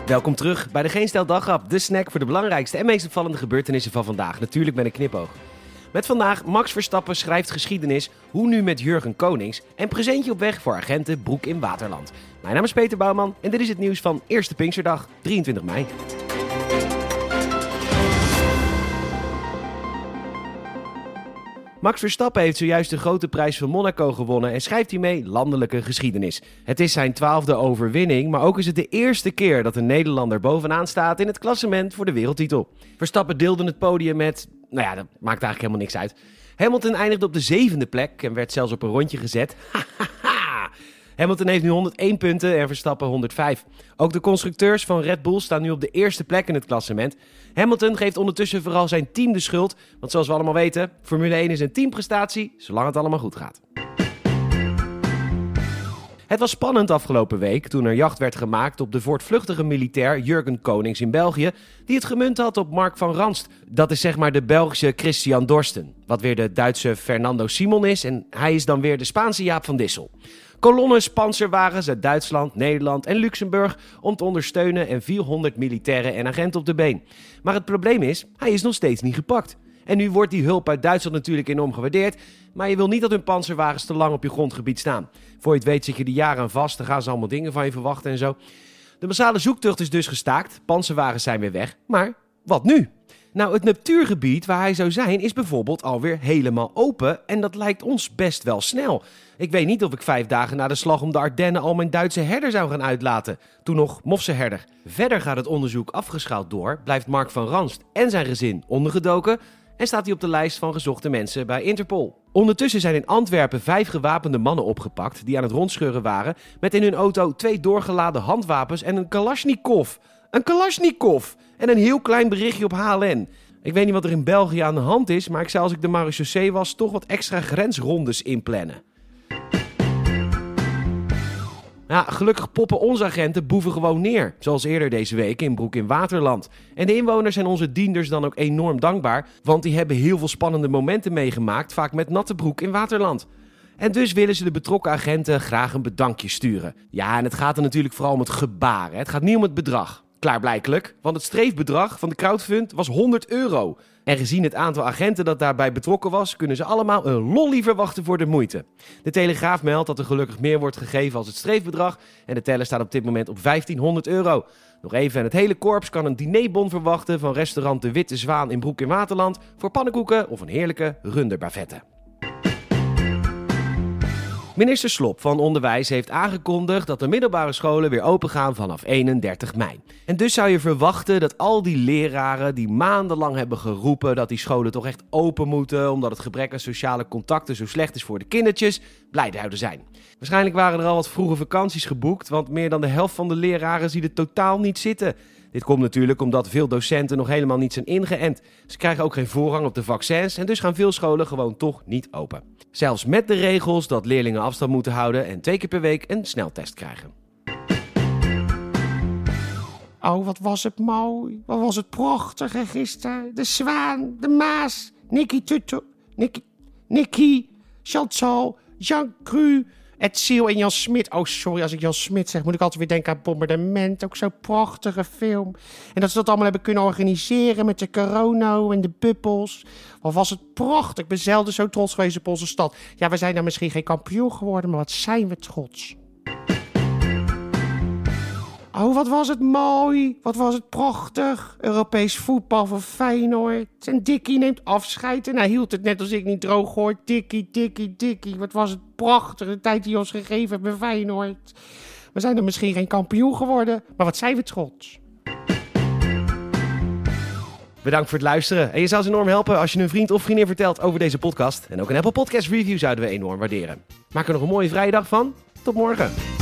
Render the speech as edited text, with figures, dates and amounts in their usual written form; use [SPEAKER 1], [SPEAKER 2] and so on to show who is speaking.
[SPEAKER 1] Welkom terug bij de Geen Stijl Dagrap, de snack voor de belangrijkste en meest opvallende gebeurtenissen van vandaag. Natuurlijk met een knipoog. Met vandaag Max Verstappen schrijft geschiedenis, hoe nu met Jurgen Konings en presentje op weg voor agenten Broek in Waterland. Mijn naam is Peter Bouwman en dit is het nieuws van Eerste Pinksterdag, 23 mei. Max Verstappen heeft zojuist de grote prijs van Monaco gewonnen en schrijft hiermee landelijke geschiedenis. Het is zijn 12e overwinning, maar ook is het de eerste keer dat een Nederlander bovenaan staat in het klassement voor de wereldtitel. Verstappen deelde het podium met, dat maakt eigenlijk helemaal niks uit. Hamilton eindigde op de 7e plek en werd zelfs op een rondje gezet. Hamilton heeft nu 101 punten en Verstappen 105. Ook de constructeurs van Red Bull staan nu op de eerste plek in het klassement. Hamilton geeft ondertussen vooral zijn team de schuld. Want zoals we allemaal weten, Formule 1 is een teamprestatie, zolang het allemaal goed gaat. Het was spannend afgelopen week toen er jacht werd gemaakt op de voortvluchtige militair Jurgen Konings in België, die het gemunt had op Mark van Ranst. Dat is zeg maar de Belgische Christian Dorsten, wat weer de Duitse Fernando Simon is en hij is dan weer de Spaanse Jaap van Dissel. Kolonnes panzerwagens uit Duitsland, Nederland en Luxemburg om te ondersteunen en 400 militairen en agenten op de been. Maar het probleem is, hij is nog steeds niet gepakt. En nu wordt die hulp uit Duitsland natuurlijk enorm gewaardeerd, maar je wil niet dat hun panzerwagens te lang op je grondgebied staan. Voor je het weet zit je er jaren aan vast, dan gaan ze allemaal dingen van je verwachten en zo. De massale zoektocht is dus gestaakt, panzerwagens zijn weer weg, maar wat nu? Nou, het natuurgebied waar hij zou zijn is bijvoorbeeld alweer helemaal open en dat lijkt ons best wel snel. Ik weet niet of ik 5 dagen na de slag om de Ardennen al mijn Duitse herder zou gaan uitlaten. Toen nog mofsenherder. Verder gaat het onderzoek afgeschaald door, blijft Mark van Ranst en zijn gezin ondergedoken en staat hij op de lijst van gezochte mensen bij Interpol. Ondertussen zijn in Antwerpen 5 gewapende mannen opgepakt die aan het rondscheuren waren met in hun auto 2 doorgeladen handwapens en een Kalashnikov. Een Kalashnikov! En een heel klein berichtje op HLN. Ik weet niet wat er in België aan de hand is, maar ik zou als ik de marechaussee was toch wat extra grensrondes inplannen. Ja, gelukkig poppen onze agenten boeven gewoon neer, zoals eerder deze week in Broek in Waterland. En de inwoners zijn onze dienders dan ook enorm dankbaar, want die hebben heel veel spannende momenten meegemaakt, vaak met natte broek in Waterland. En dus willen ze de betrokken agenten graag een bedankje sturen. Ja, en het gaat er natuurlijk vooral om het gebaar, hè? Het gaat niet om het bedrag. Klaarblijkelijk, want het streefbedrag van de crowdfund was €100. En gezien het aantal agenten dat daarbij betrokken was, kunnen ze allemaal een lolly verwachten voor de moeite. De Telegraaf meldt dat er gelukkig meer wordt gegeven als het streefbedrag en de teller staat op dit moment op €1500. Nog even, en het hele korps kan een dinerbon verwachten van restaurant De Witte Zwaan in Broek in Waterland voor pannenkoeken of een heerlijke runderbavette. Minister Slop van Onderwijs heeft aangekondigd dat de middelbare scholen weer opengaan vanaf 31 mei. En dus zou je verwachten dat al die leraren die maandenlang hebben geroepen dat die scholen toch echt open moeten omdat het gebrek aan sociale contacten zo slecht is voor de kindertjes, blij zouden zijn. Waarschijnlijk waren er al wat vroege vakanties geboekt, want meer dan de helft van de leraren ziet het totaal niet zitten. Dit komt natuurlijk omdat veel docenten nog helemaal niet zijn ingeënt. Ze krijgen ook geen voorrang op de vaccins en dus gaan veel scholen gewoon toch niet open. Zelfs met de regels dat leerlingen afstand moeten houden en 2 keer per week een sneltest krijgen.
[SPEAKER 2] Oh, wat was het mooi. Wat was het prachtig gisteren. De Zwaan, de Maas, Nicky, Chantal, Jean Cru, Edziel en Jan Smit. Oh, sorry, als ik Jan Smit zeg, moet ik altijd weer denken aan Bombardement. Ook zo'n prachtige film. En dat ze dat allemaal hebben kunnen organiseren met de corona en de bubbels. Wat was het prachtig. Ik ben zelden zo trots geweest op onze stad. Ja, we zijn dan misschien geen kampioen geworden, maar wat zijn we trots. Oh, wat was het mooi. Wat was het prachtig. Europees voetbal van Feyenoord. En Dikkie neemt afscheid. En hij hield het net als ik niet droog hoor. Dikkie. Wat was het prachtig. De tijd die je ons gegeven hebt bij Feyenoord. We zijn dan misschien geen kampioen geworden. Maar wat zijn we trots.
[SPEAKER 1] Bedankt voor het luisteren. En je zou ons enorm helpen als je een vriend of vriendin vertelt over deze podcast. En ook een Apple Podcast review zouden we enorm waarderen. Maak er nog een mooie vrije dag van. Tot morgen.